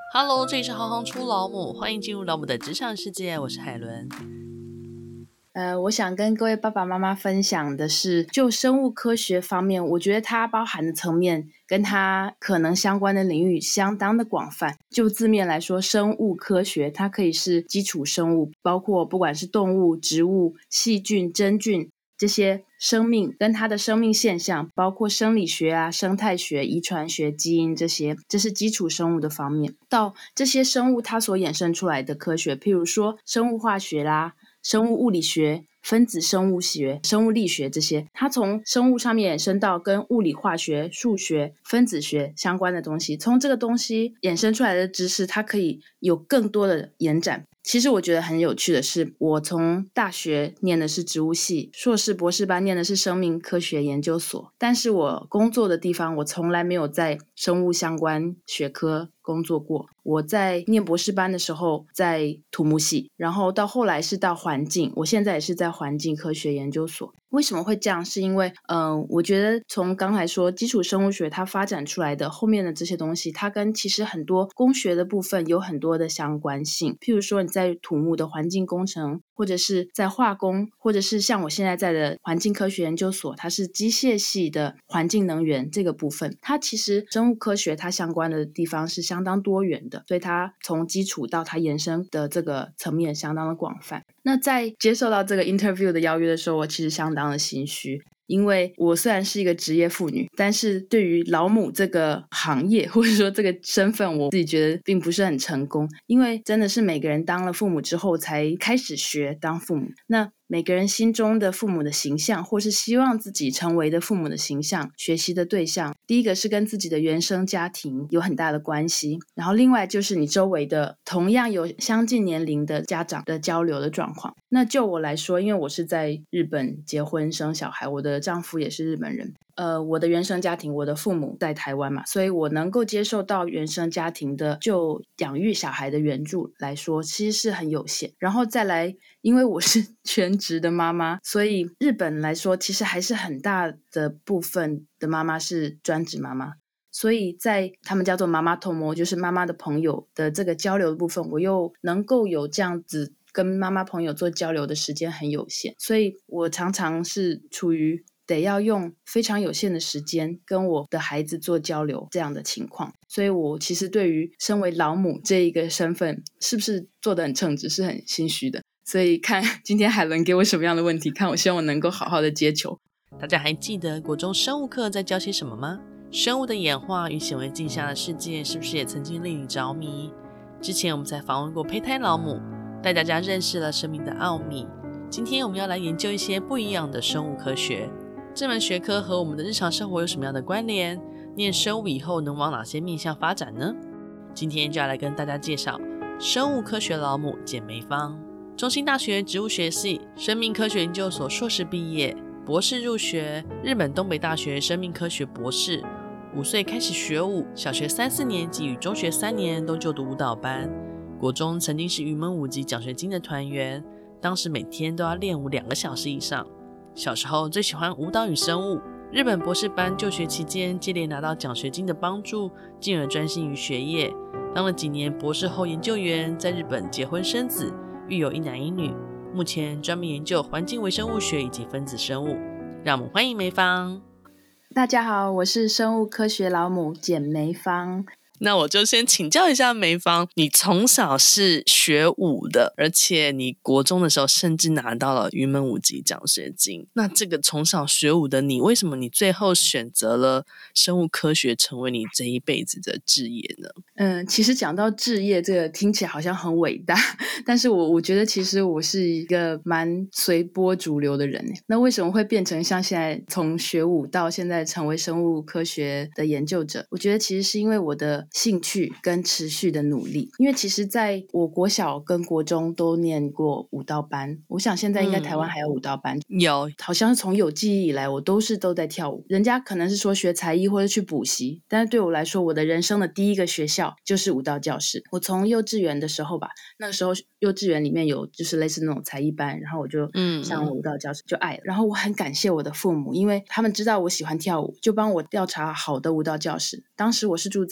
Hello，这里是行行出老母，欢迎进入老母的职场世界，我是海伦。 我想跟各位爸爸妈妈分享的是，就生物科学方面，我觉得它包含的层面跟它可能相关的领域相当的广泛。就字面来说，生物科学它可以是基础生物，包括不管是动物、植物、细菌、真菌这些生命跟它的生命现象，包括生理学啊、生态学、遗传学、基因这些，这是基础生物的方面。到这些生物它所衍生出来的科学，譬如说生物化学啦、生物物理学、分子生物学、生物力学这些，它从生物上面衍生到跟物理化学、数学、分子学相关的东西，从这个东西衍生出来的知识，它可以有更多的延展。其实我觉得很有趣的是，我从大学念的是植物系，硕士博士班念的是生命科学研究所，但是我工作的地方我从来没有在生物相关学科工作过。我在念博士班的时候在土木系，然后到后来是到环境，我现在也是在环境科学研究所。为什么会这样？是因为我觉得从刚才说基础生物学它发展出来的后面的这些东西，它跟其实很多工学的部分有很多的相关性。譬如说你在土木的环境工程，或者是在化工，或者是像我现在在的环境科学研究所，它是机械系的环境能源这个部分，它其实生物科学它相关的地方是相当多元的，所以它从基础到它延伸的这个层面相当的广泛。那在接受到这个 interview 的邀约的时候，我其实相当的心虚，因为我虽然是一个职业妇女，但是对于老母这个行业或者说这个身份，我自己觉得并不是很成功，因为真的是每个人当了父母之后才开始学当父母，那每个人心中的父母的形象，或是希望自己成为的父母的形象，学习的对象，第一个是跟自己的原生家庭有很大的关系，然后另外就是你周围的同样有相近年龄的家长的交流的状况。那就我来说，因为我是在日本结婚生小孩，我的丈夫也是日本人，我的原生家庭，我的父母在台湾嘛，所以我能够接受到原生家庭的就养育小孩的援助来说，其实是很有限。然后再来，因为我是全职的妈妈，所以日本来说，其实还是很大的部分的妈妈是专职妈妈。所以在他们叫做妈妈友，就是妈妈的朋友的这个交流的部分，我又能够有这样子跟妈妈朋友做交流的时间很有限，所以我常常是处于得要用非常有限的时间跟我的孩子做交流这样的情况。所以我其实对于身为老母这一个身份是不是做得很称职是很心虚的，所以看今天海伦给我什么样的问题，看我希望我能够好好的接球。 大家还记得国中生物课在教些什么吗？生物的演化与显微镜下的世界是不是也曾经令你着迷？之前我们才访问过胚胎老母，带大家认识了生命的奥秘。今天我们要来研究一些不一样的生物科学，这门学科和我们的日常生活有什么样的关联？念生物以后能往哪些面向发展呢？今天就要来跟大家介绍生物科学老母简梅芳，中兴大学植物学系生命科学研究所硕士毕业，博士入学日本东北大学生命科学博士。5岁开始学舞，小学3、4年级与中学3年都就读舞蹈班。国中曾经是云门舞集奖学金的团员，当时每天都要练舞2个小时以上。小时候最喜欢舞蹈与生物，日本博士班就学期间接连拿到奖学金的帮助，进而专心于学业。当了几年博士后研究员，在日本结婚生子，育有1男1女，目前专门研究环境微生物学以及分子生物。让我们欢迎梅芳。 大家好，我是生物科学老母简梅芳。 那我就先请教一下梅芳，你从小是学舞的，而且你国中的时候甚至拿到了云门舞集奖学金。那这个从小学舞的你，为什么你最后选择了生物科学成为你这一辈子的志业呢？ 其实讲到志业这个听起来好像很伟大，但是我觉得其实我是一个蛮随波逐流的人。那为什么会变成像现在从学舞到现在成为生物科学的研究者？我觉得其实是因为我的兴趣跟持续的努力。因为其实在我国小跟国中都念过舞蹈班，我想现在应该台湾还有舞蹈班， 有， 好像是从有记忆以来我都在跳舞。人家可能是说学才艺或者去补习，但是对我来说，我的人生的第一个学校就是舞蹈教室。我从幼稚园的时候吧，那个时候幼稚园里面有就是类似那种才艺班，然后我就上了舞蹈教室就爱了。然后我很感谢我的父母，因为他们知道我喜欢跳舞，就帮我调查好的舞蹈教室。当时我是住在桃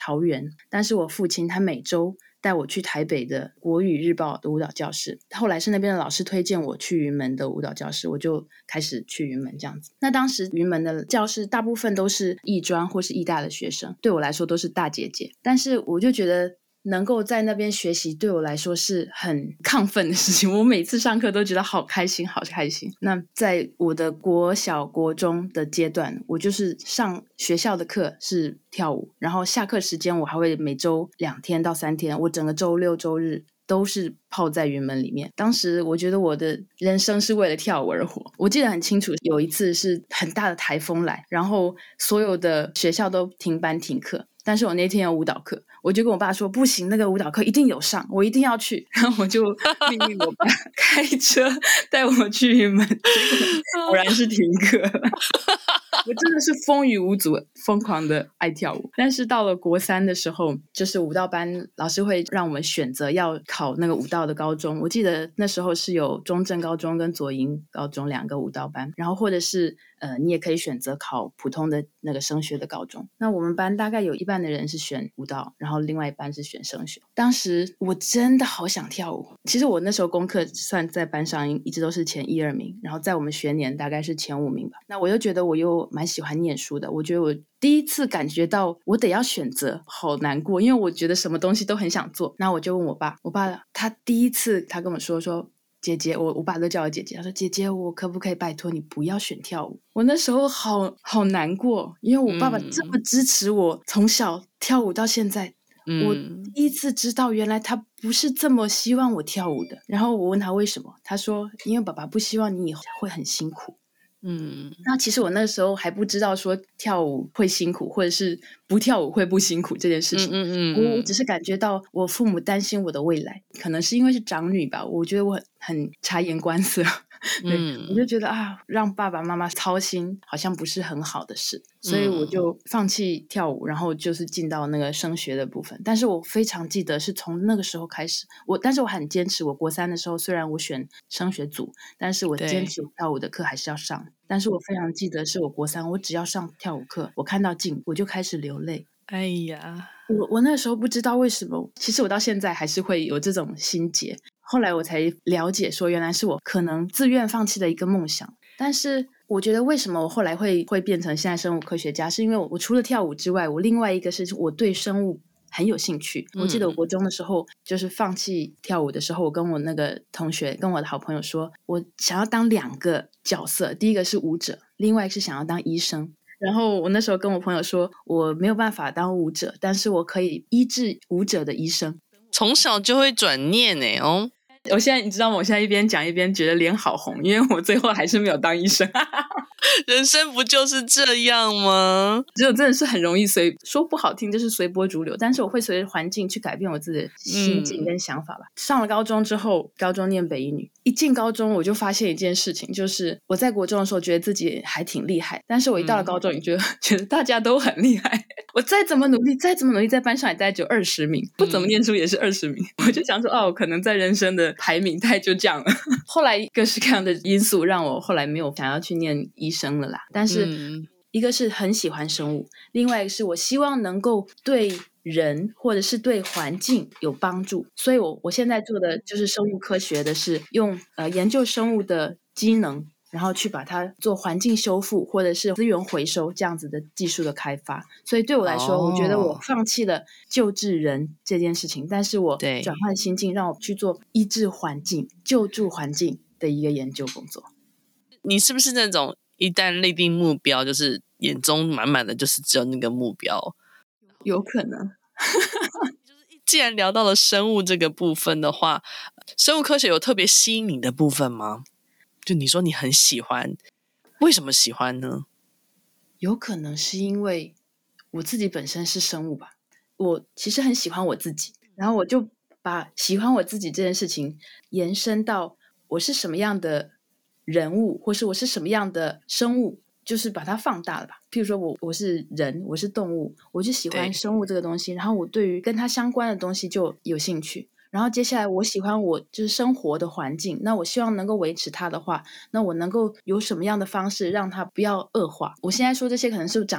桃园，但是我父亲他每周带我去台北的国语日报的舞蹈教室，后来是那边的老师推荐我去云门的舞蹈教室，我就开始去云门这样子。那当时云门的教室大部分都是艺专或是艺大的学生，对我来说都是大姐姐，但是我就觉得能够在那边学习对我来说是很亢奋的事情，我每次上课都觉得好开心好开心。那在我的国小国中的阶段，我就是上学校的课是跳舞，然后下课时间我还会每周2天到3天，我整个周六周日都是泡在云门里面。当时我觉得我的人生是为了跳舞而活。我记得很清楚，有一次是很大的台风来，然后所有的学校都停班停课，但是我那天有舞蹈课，我就跟我爸说不行，那个舞蹈课一定有上，我一定要去。然后我就命令我爸开车带我去云门，结果果然是停课。我真的是风雨无阻，疯狂的爱跳舞。但是到了国3的时候，就是舞蹈班老师会让我们选择要考那个舞蹈的高中，我记得那时候是有中正高中跟左营高中2个舞蹈班，然后或者是你也可以选择考普通的那个升学的高中。那我们班大概有一半的人是选舞蹈，然后另外一半是选升学。当时我真的好想跳舞，其实我那时候功课算在班上一直都是前1、2名，然后在我们学年大概是前5名吧。那我又觉得我又蛮喜欢念书的，我觉得我第一次感觉到我得要选择，好难过，因为我觉得什么东西都很想做。那我就问我爸他第一次他跟我说姐姐，我爸都叫我姐姐，他说姐姐我可不可以拜托你不要选跳舞。我那时候好难过，因为我爸爸这么支持我从小跳舞到现在，我第一次知道原来他不是这么希望我跳舞的。然后我问他为什么，他说因为爸爸不希望你以后会很辛苦。那其实我那时候还不知道说跳舞会辛苦，或者是不跳舞会不辛苦这件事情。我只是感觉到我父母担心我的未来，可能是因为是长女吧，我觉得我很察言观色。对，我就觉得让爸爸妈妈操心好像不是很好的事，所以我就放弃跳舞，然后就是进到那个升学的部分。但是我非常记得是从那个时候开始，但是我很坚持，我国3的时候虽然我选升学组，但是我坚持跳舞的课还是要上。但是我非常记得是我国3，我只要上跳舞课，我看到镜我就开始流泪。 哎呀， 我那时候不知道为什么，其实我到现在还是会有这种心结。后来我才了解说原来是我可能自愿放弃的一个梦想。但是我觉得为什么我后来会变成现在生物科学家，是因为我除了跳舞之外，我另外一个是我对生物很有兴趣。我记得我国中的时候就是放弃跳舞的时候，我跟我那个同学跟我的好朋友说我想要当2个角色，第一个是舞者，另外是想要当医生。然后我那时候跟我朋友说我没有办法当舞者，但是我可以医治舞者的医生。 从小就会转念哦。 我现在你知道吗？我现在一边讲一边觉得脸好红，因为我最后还是没有当医生。 人生不就是这样吗？ 只有真的是很容易说不好听就是随波逐流，但是我会随着环境去改变我自己的心境跟想法吧。上了高中之后，高中念北一女，一进高中我就发现一件事情，就是我在国中的时候觉得自己还挺厉害，但是我一到了高中也觉得大家都很厉害，我再怎么努力在班上也大概只有20名，不怎么念书也是20名。我就想说可能在人生的排名大概就这样了。后来各式各样的因素让我后来没有想要去念医生了啦。但是一个是很喜欢生物，另外一个是我希望能够对人或者是对环境有帮助，所以我现在做的就是生物科学的是用研究生物的机能，然后去把它做环境修复或者是资源回收这样子的技术的开发。所以对我来说我觉得我放弃了救治人这件事情，但是我转换心境，让我去做医治环境救助环境的一个研究工作。 你是不是那种一旦立定目标就是眼中满满的就是只有那个目标？ 有可能。 既然聊到了生物这个部分的话，生物科学有特别吸引你的部分吗？就你说你很喜欢，为什么喜欢呢？ 有可能是因为我自己本身是生物吧，我其实很喜欢我自己，然后我就把喜欢我自己这件事情延伸到我是什么样的人物，或是我是什么样的生物，就是把它放大了吧。譬如说我是人，我是动物，我就喜欢生物这个东西，然后我对于跟它相关的东西就有兴趣。然后接下来我喜欢我就是生活的环境，那我希望能够维持它的话，那我能够有什么样的方式让它不要恶化。我现在说这些可能是长大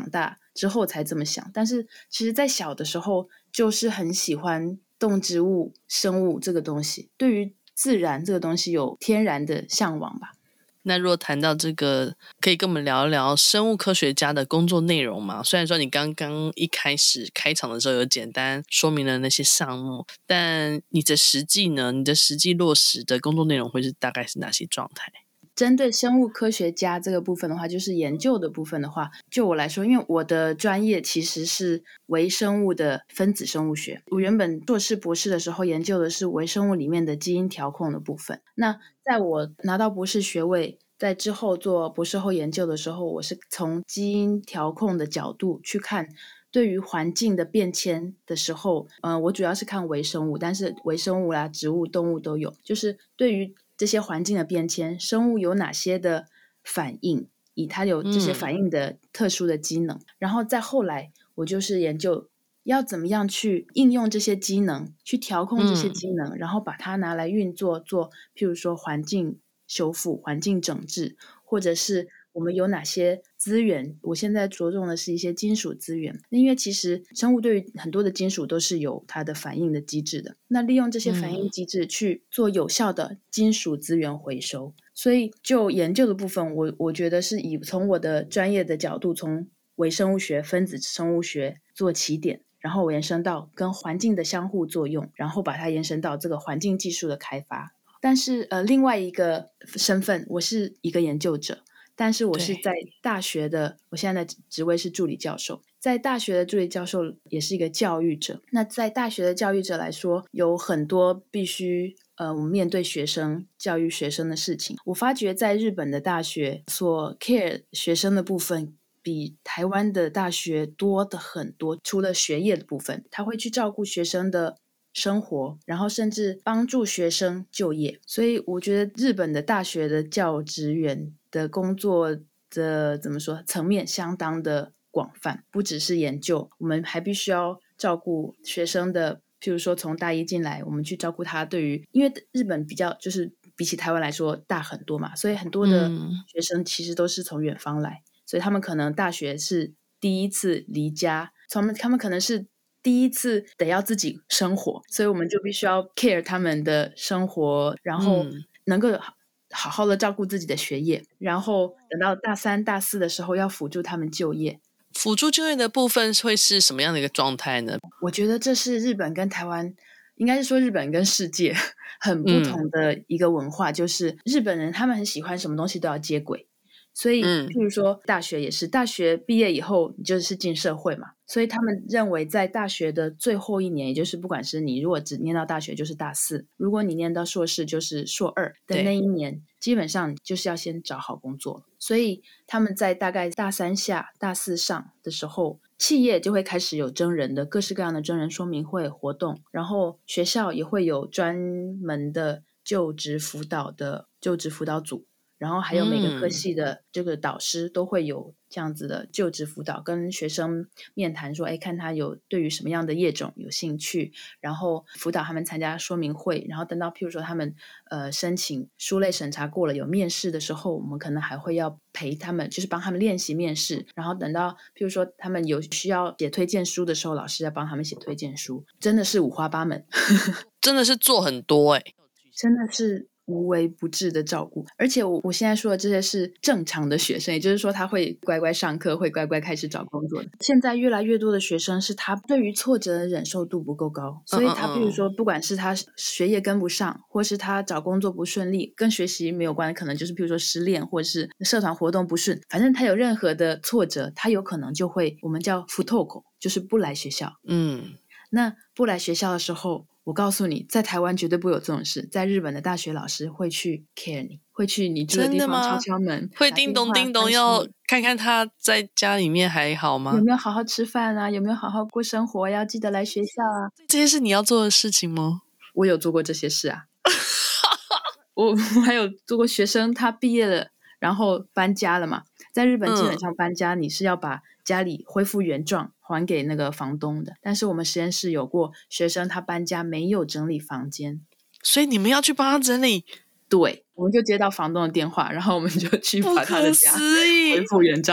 之后才这么想。但是其实在小的时候就是很喜欢动植物生物这个东西，对于自然这个东西有天然的向往吧。 那如果谈到这个，可以跟我们聊一聊生物科学家的工作内容吗？虽然说你刚刚一开始开场的时候有简单说明了那些项目，但你的实际呢？你的实际落实的工作内容会是大概是哪些状态？ 针对生物科学家这个部分的话，就是研究的部分的话，就我来说，因为我的专业其实是微生物的分子生物学，我原本硕士博士的时候研究的是微生物里面的基因调控的部分。那在我拿到博士学位，在之后做博士后研究的时候，我是从基因调控的角度去看对于环境的变迁的时候，我主要是看微生物，但是微生物啦、植物、动物都有，就是对于这些环境的变迁，生物有哪些的反应，以它有这些反应的特殊的机能。然后再后来，我就是研究要怎么样去应用这些机能，去调控这些机能，然后把它拿来运作，做譬如说环境修复、环境整治，或者是我们有哪些资源。我现在着重的是一些金属资源，因为其实生物对于很多的金属都是有它的反应的机制的，那利用这些反应机制去做有效的金属资源回收。所以就研究的部分，我觉得是从我的专业的角度，从微生物学、分子生物学做起点，然后我延伸到跟环境的相互作用，然后把它延伸到这个环境技术的开发。但是另外一个身份，我是一个研究者，但是我是在大学的，我现在的职位是助理教授，在大学的助理教授也是一个教育者。那在大学的教育者来说，有很多必须我们面对学生、教育学生的事情。我发觉在日本的大学所 care 学生的部分比台湾的大学多的很多，除了学业的部分，他会去照顾学生的生活，然后甚至帮助学生就业。所以我觉得日本的大学的教职员的工作的怎么说层面相当的广泛，不只是研究，我们还必须要照顾学生的，譬如说从大一进来，我们去照顾他对于，因为日本比较就是比起台湾来说大很多嘛，所以很多的学生其实都是从远方来，所以他们可能大学是第一次离家，他们可能是第一次得要自己生活，所以我们就必须要 care 他们的生活，然后能够好好的照顾自己的学业，然后等到大3、大4的时候要辅助他们就业。 辅助就业的部分会是什么样的一个状态呢？ 我觉得这是日本跟台湾，应该是说日本跟世界很不同的一个文化，就是日本人他们很喜欢什么东西都要接轨。所以譬如说大学也是，大学毕业以后你就是进社会嘛，所以他们认为在大学的最后一年，也就是不管是你如果只念到大学就是大4，如果你念到硕士就是硕2的那一年，基本上就是要先找好工作。所以他们在大概大3下大4上的时候，企业就会开始有征人的各式各样的征人说明会活动，然后学校也会有专门的就职辅导组，然后还有每个科系的这个导师都会有这样子的就职辅导，跟学生面谈说，看他有对于什么样的业种有兴趣，然后辅导他们参加说明会，然后等到譬如说他们申请书类审查过了有面试的时候，我们可能还会要陪他们，就是帮他们练习面试，然后等到譬如说他们有需要写推荐书的时候，老师要帮他们写推荐书，真的是五花八门真的是做很多真的是无微不至的照顾。而且我现在说的这些是正常的学生，也就是说他会乖乖上课，会乖乖开始找工作的。现在越来越多的学生是他对于挫折的忍受度不够高，所以他比如说不管是他学业跟不上，或是他找工作不顺利，跟学习没有关，可能就是比如说失恋，或者是社团活动不顺，反正他有任何的挫折，他有可能就会我们叫不登校，就是不来学校。那不来学校的时候，我告诉你，在台湾绝对不会有这种事，在日本的大学老师会去 care 你，会去你住的地方敲敲门， 会叮咚叮咚要看看他在家里面还好吗？ 有没有好好吃饭啊？有没有好好过生活？要记得来学校啊！ 这些是你要做的事情吗？ 我有做过这些事啊我还有做过学生他毕业了然后搬家了嘛，在日本基本上搬家你是要把家里恢复原状还给那个房东的，但是我们实验室有过学生他搬家没有整理房间， 所以你们要去帮他整理。 对，我们就接到房东的电话，然后我们就去把他的家恢复原状。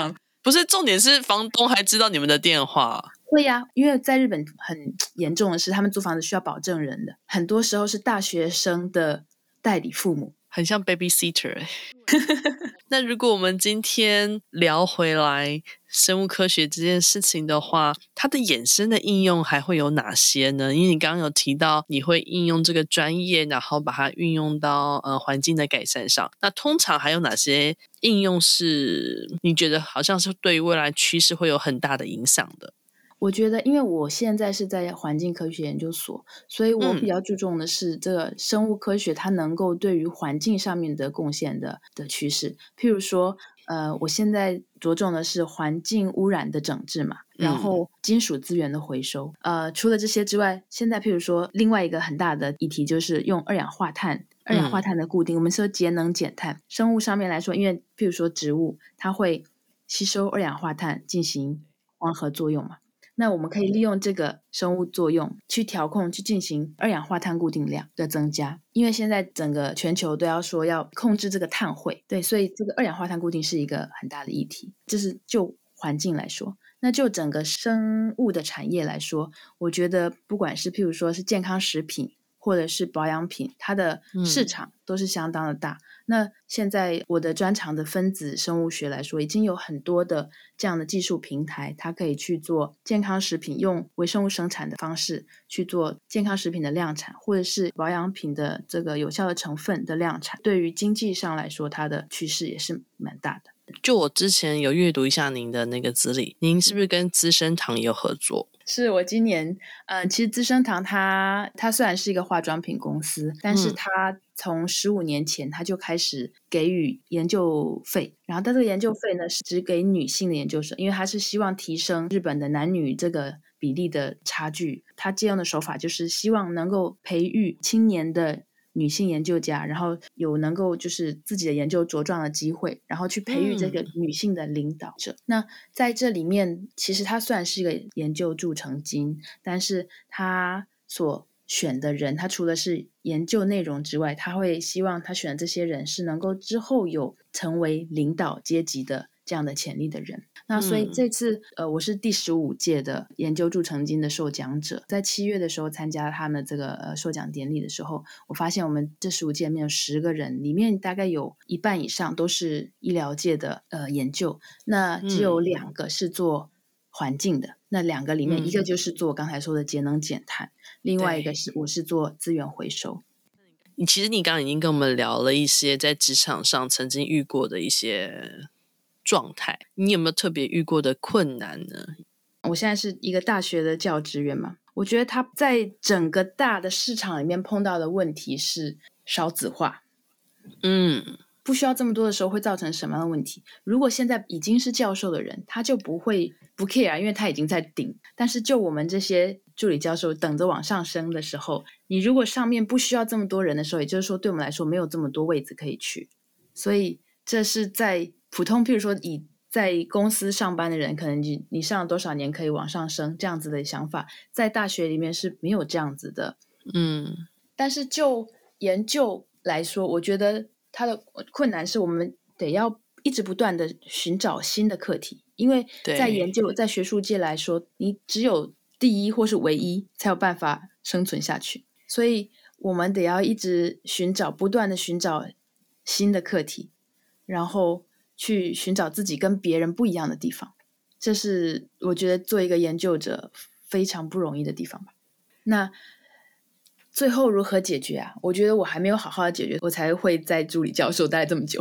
不是，重点是房东还知道你们的电话。 会呀，因为在日本很严重的是，他们租房子需要保证人的，很多时候是大学生的代理父母， 很像 babysitter 那如果我们今天聊回来生物科学这件事情的话，它的衍生的应用还会有哪些呢？因为你刚刚有提到你会应用这个专业，然后把它运用到环境的改善上。那通常还有哪些应用是你觉得好像是对于未来趋势会有很大的影响的？ 我觉得，因为我现在是在环境科学研究所，所以我比较注重的是这个生物科学它能够对于环境上面的贡献的趋势。譬如说，我现在着重的是环境污染的整治嘛，然后金属资源的回收。除了这些之外，现在譬如说另外一个很大的议题就是用二氧化碳的固定，我们说节能减碳。生物上面来说，因为譬如说植物它会吸收二氧化碳进行光合作用嘛。那我们可以利用这个生物作用去调控，去进行二氧化碳固定量的增加，因为现在整个全球都要说要控制这个碳汇，对，所以这个二氧化碳固定是一个很大的议题。这是就环境来说，那就整个生物的产业来说，我觉得不管是譬如说是健康食品或者是保养品，它的市场都是相当的大。那现在我的专长的分子生物学来说，已经有很多的这样的技术平台，它可以去做健康食品，用微生物生产的方式去做健康食品的量产，或者是保养品的这个有效的成分的量产。对于经济上来说，它的趋势也是蛮大的。 就我之前有阅读一下您的那个资历，您是不是跟资生堂有合作？ 是我今年，其实资生堂它虽然是一个化妆品公司，但是它从15年前它就开始给予研究费，然后它这个研究费呢是只给女性的研究生，因为它是希望提升日本的男女这个比例的差距。它借用的手法就是希望能够培育青年的女性研究家，然后有能够就是自己的研究茁壮的机会，然后去培育这个女性的领导者。那在这里面，其实它虽然是一个研究助成金，但是它所选的人，他除了是研究内容之外，他会希望他选的这些人是能够之后有成为领导阶级的这样的潜力的人。那所以这次我是第15届的研究助成金的受奖者，在7月的时候参加他们这个授奖典礼的时候，我发现我们这15届里面有10个人，里面大概有一半以上都是医疗界的研究，那只有2个是做环境的，那2个里面一个就是做刚才说的节能减碳，另外一个是我是做资源回收。 其实你刚刚已经跟我们聊了一些在职场上曾经遇过的一些状态，你有没有特别遇过的困难呢？ 我现在是一个大学的教职员嘛，我觉得他在整个大的市场里面碰到的问题是少子化。不需要这么多的时候会造成什么样的问题？如果现在已经是教授的人，他就不会不 care， 因为他已经在顶。但是就我们这些助理教授等着往上升的时候，你如果上面不需要这么多人的时候，也就是说对我们来说没有这么多位置可以去。所以这是在普通，譬如说在公司上班的人，可能你上了多少年可以往上升这样子的想法，在大学里面是没有这样子的。但是就研究来说，我觉得它的困难是我们得要一直不断的寻找新的课题，因为在研究在学术界来说，你只有第一或是唯一才有办法生存下去，所以我们得要一直不断的寻找新的课题，然后去寻找自己跟别人不一样的地方，这是我觉得做一个研究者非常不容易的地方吧。那最后如何解决啊？我觉得我还没有好好的解决，我才会在助理教授待这么久。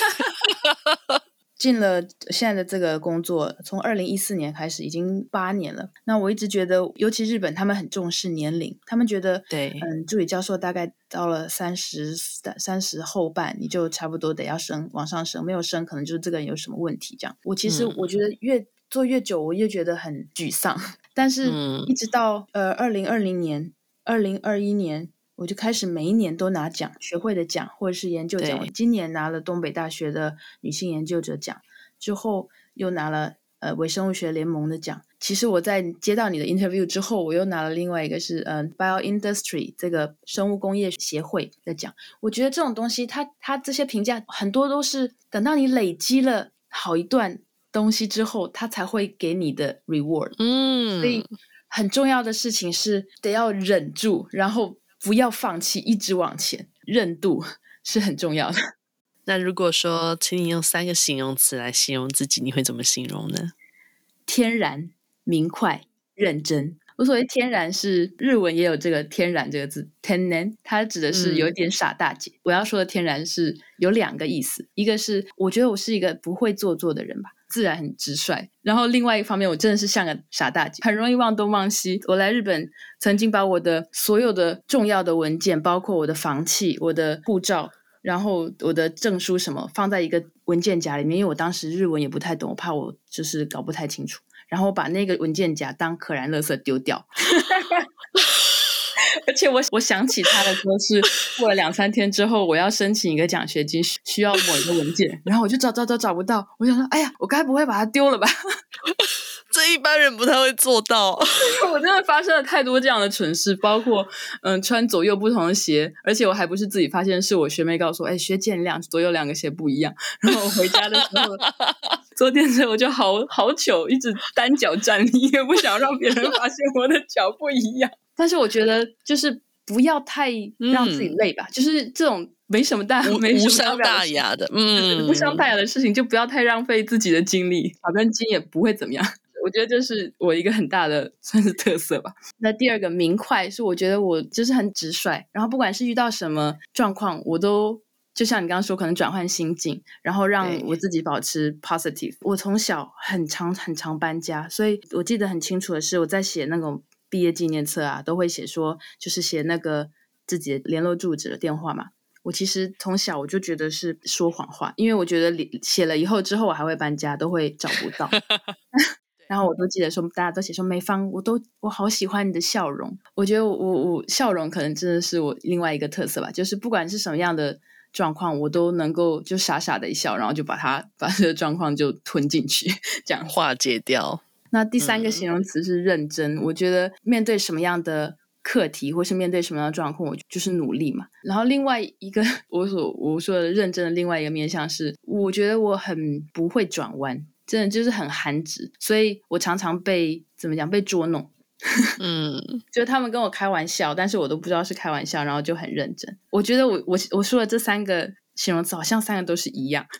进了现在的这个工作，从2014年开始，已经8年了。那我一直觉得，尤其日本，他们很重视年龄，他们觉得，助理教授大概到了30后半，你就差不多得要往上升，没有升，可能就是这个人有什么问题这样。我觉得越做越久，我越觉得很沮丧。但是一直到2020年、2021年。我就开始每一年都拿奖，学会的奖或者是研究奖。我今年拿了东北大学的女性研究者奖，之后又拿了微生物学联盟的奖。其实我在接到你的 interview 之后，我又拿了另外一个是Bioindustry 这个生物工业协会的奖。我觉得这种东西它这些评价很多都是等到你累积了好一段东西之后，它才会给你的 reward。所以很重要的事情是得要忍住，然后不要放弃，一直往前。韧度是很重要的。 那如果说请你用3个形容词来形容自己，你会怎么形容呢？ 天然、明快、认真。我所谓天然是日文也有这个天然这个字 tennen， 它指的是有一点傻大姐。我要说的天然是有2个意思，一个是我觉得我是一个不会做作的人吧，自然很直率，然后另外一方面我真的是像个傻大姐，很容易忘东忘西。我来日本曾经把我的所有的重要的文件，包括我的房契、我的护照，然后我的证书什么放在一个文件夹里面，因为我当时日文也不太懂，我怕我就是搞不太清楚，然后我把那个文件夹当可燃垃圾丢掉而且我想起他的时候是过了2-3天之后，我要申请一个奖学金，需要某一个文件，然后我就找不到，我想说哎呀，我该不会把它丢了吧这一般人不太会做到我真的发生了太多这样的蠢事，包括穿左右不同的鞋，而且我还不是自己发现，是我学妹告诉我，哎，学姐你左右2个鞋不一样。然后我回家的时候坐电车我就好糗，一直单脚站立，也不想让别人发现我的脚不一样。但是我觉得就是不要太让自己累吧，就是这种没什么无伤大雅的无伤大雅的事情就不要太浪费自己的精力，少根筋也不会怎么样。我觉得这是我一个很大的算是特色吧。那第2个明快是我觉得我就是很直率，然后不管是遇到什么状况，我都就像你刚刚说，可能转换心境，然后让我自己保持 positive。我从小很常搬家，所以我记得很清楚的是，我在写那种毕业纪念册啊，都会写说就是写那个自己的联络住址的电话嘛。我其实从小我就觉得是说谎话，因为我觉得写了以后之后我还会搬家，都会找不到然后我都记得说，大家都写说美芳，我好喜欢你的笑容。我觉得我笑容可能真的是我另外一个特色吧，就是不管是什么样的状况，我都能够就傻傻的一笑，然后就把这个状况就吞进去，这样化解掉。 那第3个形容词是认真。我觉得面对什么样的课题或是面对什么样的状况，我就是努力嘛。然后另外一个我说的认真的另外一个面向是，我觉得我很不会转弯，真的就是很憨直，所以我常常被捉弄就他们跟我开玩笑，但是我都不知道是开玩笑，然后就很认真。我觉得我说的这3个形容词好像3个都是一样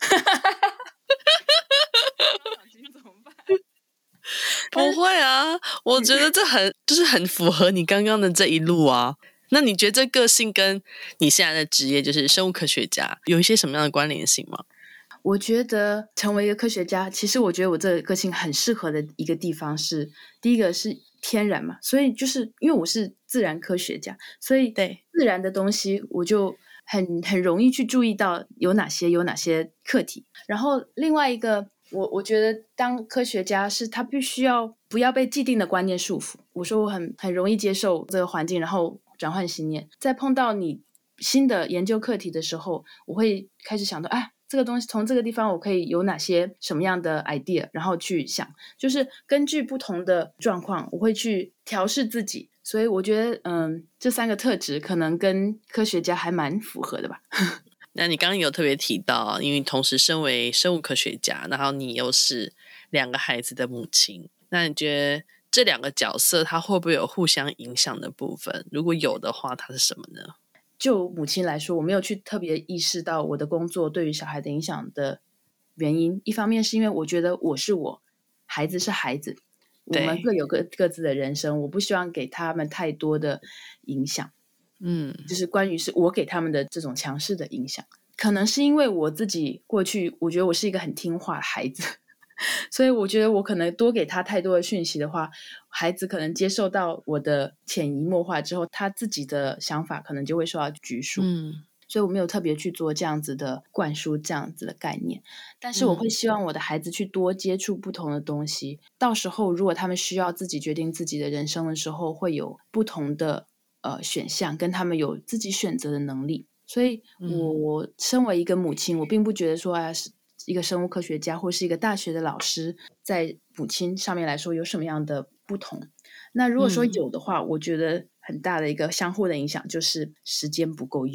不会啊，我觉得这就是很符合你刚刚的这一路啊。那你觉得这个性跟你现在的职业就是生物科学家有一些什么样的关联性吗？ 我觉得成为一个科学家，其实我觉得我这个个性很适合的一个地方是，第一个是天然嘛，所以就是因为我是自然科学家，所以对自然的东西我就很容易去注意到有哪些课题。然后另外一个我觉得当科学家是他必须不要被既定的观念束缚。我说我很容易接受这个环境，然后转换信念。在碰到你新的研究课题的时候，我会开始想到这个东西从这个地方我可以有哪些什么样的 idea， 然后去想，就是根据不同的状况我会去调试自己。所以我觉得这3个特质可能跟科学家还蛮符合的吧那你刚刚有特别提到，因为同时身为生物科学家，然后你又是2个孩子的母亲，那你觉得这2个角色它会不会有互相影响的部分？如果有的话，它是什么呢？ 就母亲来说，我没有去特别意识到我的工作对于小孩的影响的原因。一方面是因为我觉得我是我，孩子是孩子，我们各有各自的人生，我不希望给他们太多的影响。就是关于是我给他们的这种强势的影响，可能是因为我自己过去我觉得我是一个很听话的孩子所以我觉得我可能多给他太多的讯息的话，孩子可能接受到我的潜移默化之后，他自己的想法可能就会受到拘束。所以我没有特别去做这样子的灌输这样子的概念，但是我会希望我的孩子去多接触不同的东西，到时候如果他们需要自己决定自己的人生的时候，会有不同的选项，跟他们有自己选择的能力。所以我身为一个母亲，我并不觉得说是一个生物科学家或是一个大学的老师在母亲上面来说有什么样的不同。那如果说有的话，我觉得很大的一个相互的影响就是时间不够用。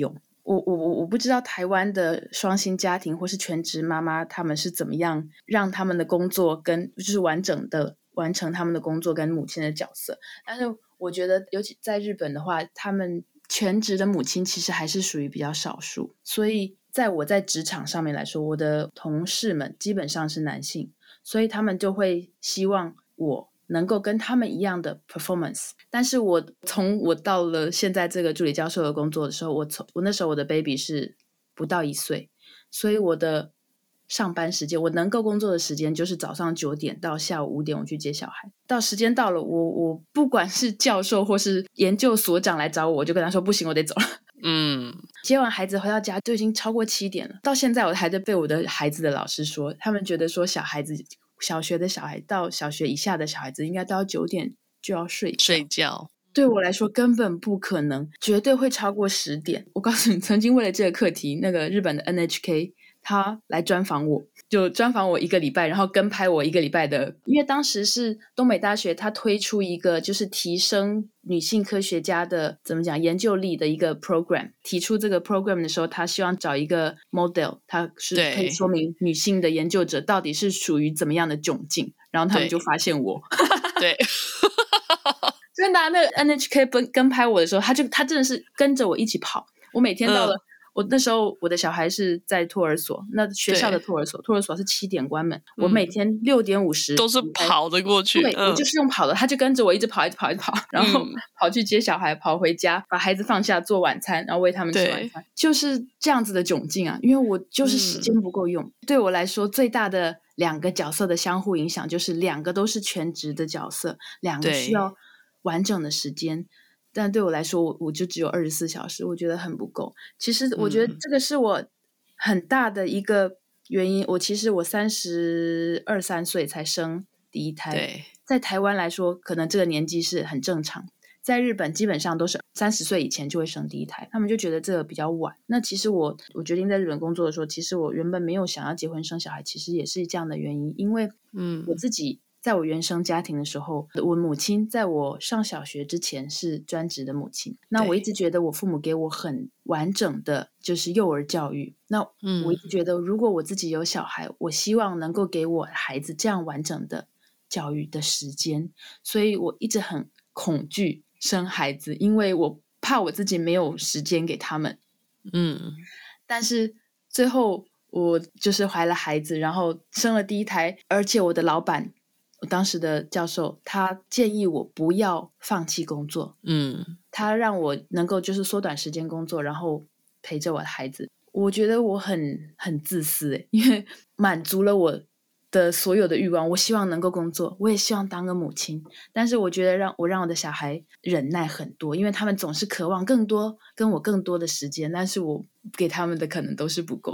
我不知道台湾的双薪家庭或是全职妈妈他们是怎么样让他们的工作跟就是完整的完成他们的工作跟母亲的角色，但是我觉得尤其在日本的话，他们全职的母亲其实还是属于比较少数，所以在我在职场上面来说，我的同事们基本上是男性，所以他们就会希望我能够跟他们一样的 performance。 但是我到了现在这个助理教授的工作的时候，我那时候我的 baby 是不到1岁，所以我的上班时间，我能够工作的时间就是早上9点到下午5点我去接小孩，到时间到了，我不管是教授或是研究所长来找我，我就跟他说不行，我得走了。接完孩子回到家就已经超过7点了，到现在我还在被我的孩子的老师说，他们觉得说小学的小孩到小学以下的小孩子应该到9点就要睡觉，对我来说根本不可能，绝对会超过10点。我告诉你，曾经为了这个课题，那个日本的 NHK 他来专访我，就专访我1个礼拜，然后跟拍我1个礼拜的，因为当时是东北大学他推出一个就是提升女性科学家的怎么讲研究力的一个 program， 提出这个 program 的时候，他希望找一个 model， 他是可以说明女性的研究者到底是属于怎么样的窘境，然后他们就发现我对所以那个 NHK 跟拍我的时候，他真的是跟着我一起跑，我每天到了我那时候我的小孩是在托儿所，那学校的托儿所是7点关门，我每天6点50 都是跑的过去， 对，我就是用跑的，他就跟着我一直跑，然后跑去接小孩，跑回家，把孩子放下做晚餐，然后喂他们吃晚餐，就是这样子的窘境啊，因为我就是时间不够用。对我来说最大的2个角色的相互影响就是2个都是全职的角色，2个需要完整的时间，但对我来说我就只有24小时，我觉得很不够。其实我觉得这个是我很大的一个原因，其实我32、3岁才生第一胎，在台湾来说可能这个年纪是很正常，在日本基本上都是30岁以前就会生第一胎，他们就觉得这个比较晚。那其实我决定在日本工作的时候，其实我原本没有想要结婚生小孩，其实也是这样的原因，因为我自己在我原生家庭的时候，我母亲在我上小学之前是专职的母亲，那我一直觉得我父母给我很完整的就是幼儿教育，那我一直觉得如果我自己有小孩，我希望能够给我孩子这样完整的教育的时间，所以我一直很恐惧生孩子，因为我怕我自己没有时间给他们。但是最后我就是怀了孩子，然后生了第一胎，而且我的老板，我当时的教授，他建议我不要放弃工作，他让我能够就是缩短时间工作，然后陪着我的孩子。我觉得我很自私因为满足了我的所有的欲望，我希望能够工作，我也希望当个母亲，但是我觉得让我的小孩忍耐很多，因为他们总是渴望更多跟我更多的时间，但是我给他们的可能都是不够。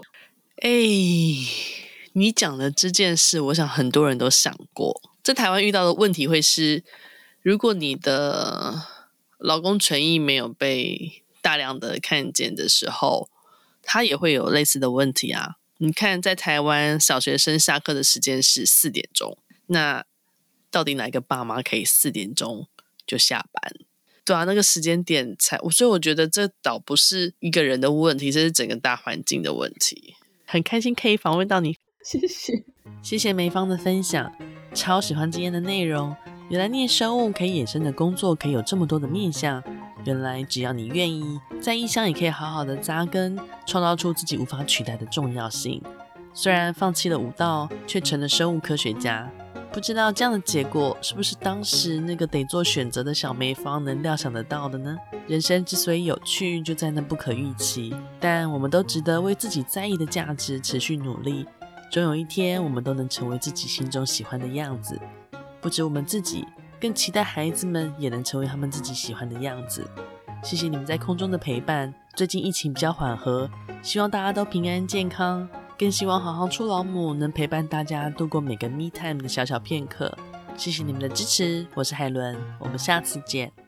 你讲的这件事我想很多人都想过，在台湾遇到的问题会是，如果你的劳工权益没有被大量的看见的时候，他也会有类似的问题啊。你看在台湾小学生下课的时间是4点钟，那到底哪个爸妈可以4点钟就下班？对啊，那个时间点所以我觉得这倒不是一个人的问题，这是整个大环境的问题。很开心可以访问到你，谢谢梅芳的分享，超喜欢今天的内容。原来念生物可以衍生的工作可以有这么多的面向，原来只要你愿意，在异乡也可以好好的扎根，创造出自己无法取代的重要性。虽然放弃了武道，却成了生物科学家，不知道这样的结果是不是当时那个得做选择的小梅芳能料想得到的呢？人生之所以有趣，就在那不可预期，但我们都值得为自己在意的价值持续努力，终有一天我们都能成为自己心中喜欢的样子。不止我们自己，更期待孩子们也能成为他们自己喜欢的样子。谢谢你们在空中的陪伴，最近疫情比较缓和，希望大家都平安健康，更希望好好出老母能陪伴大家度过每个 me time 的小小片刻。谢谢你们的支持，我是海伦，我们下次见。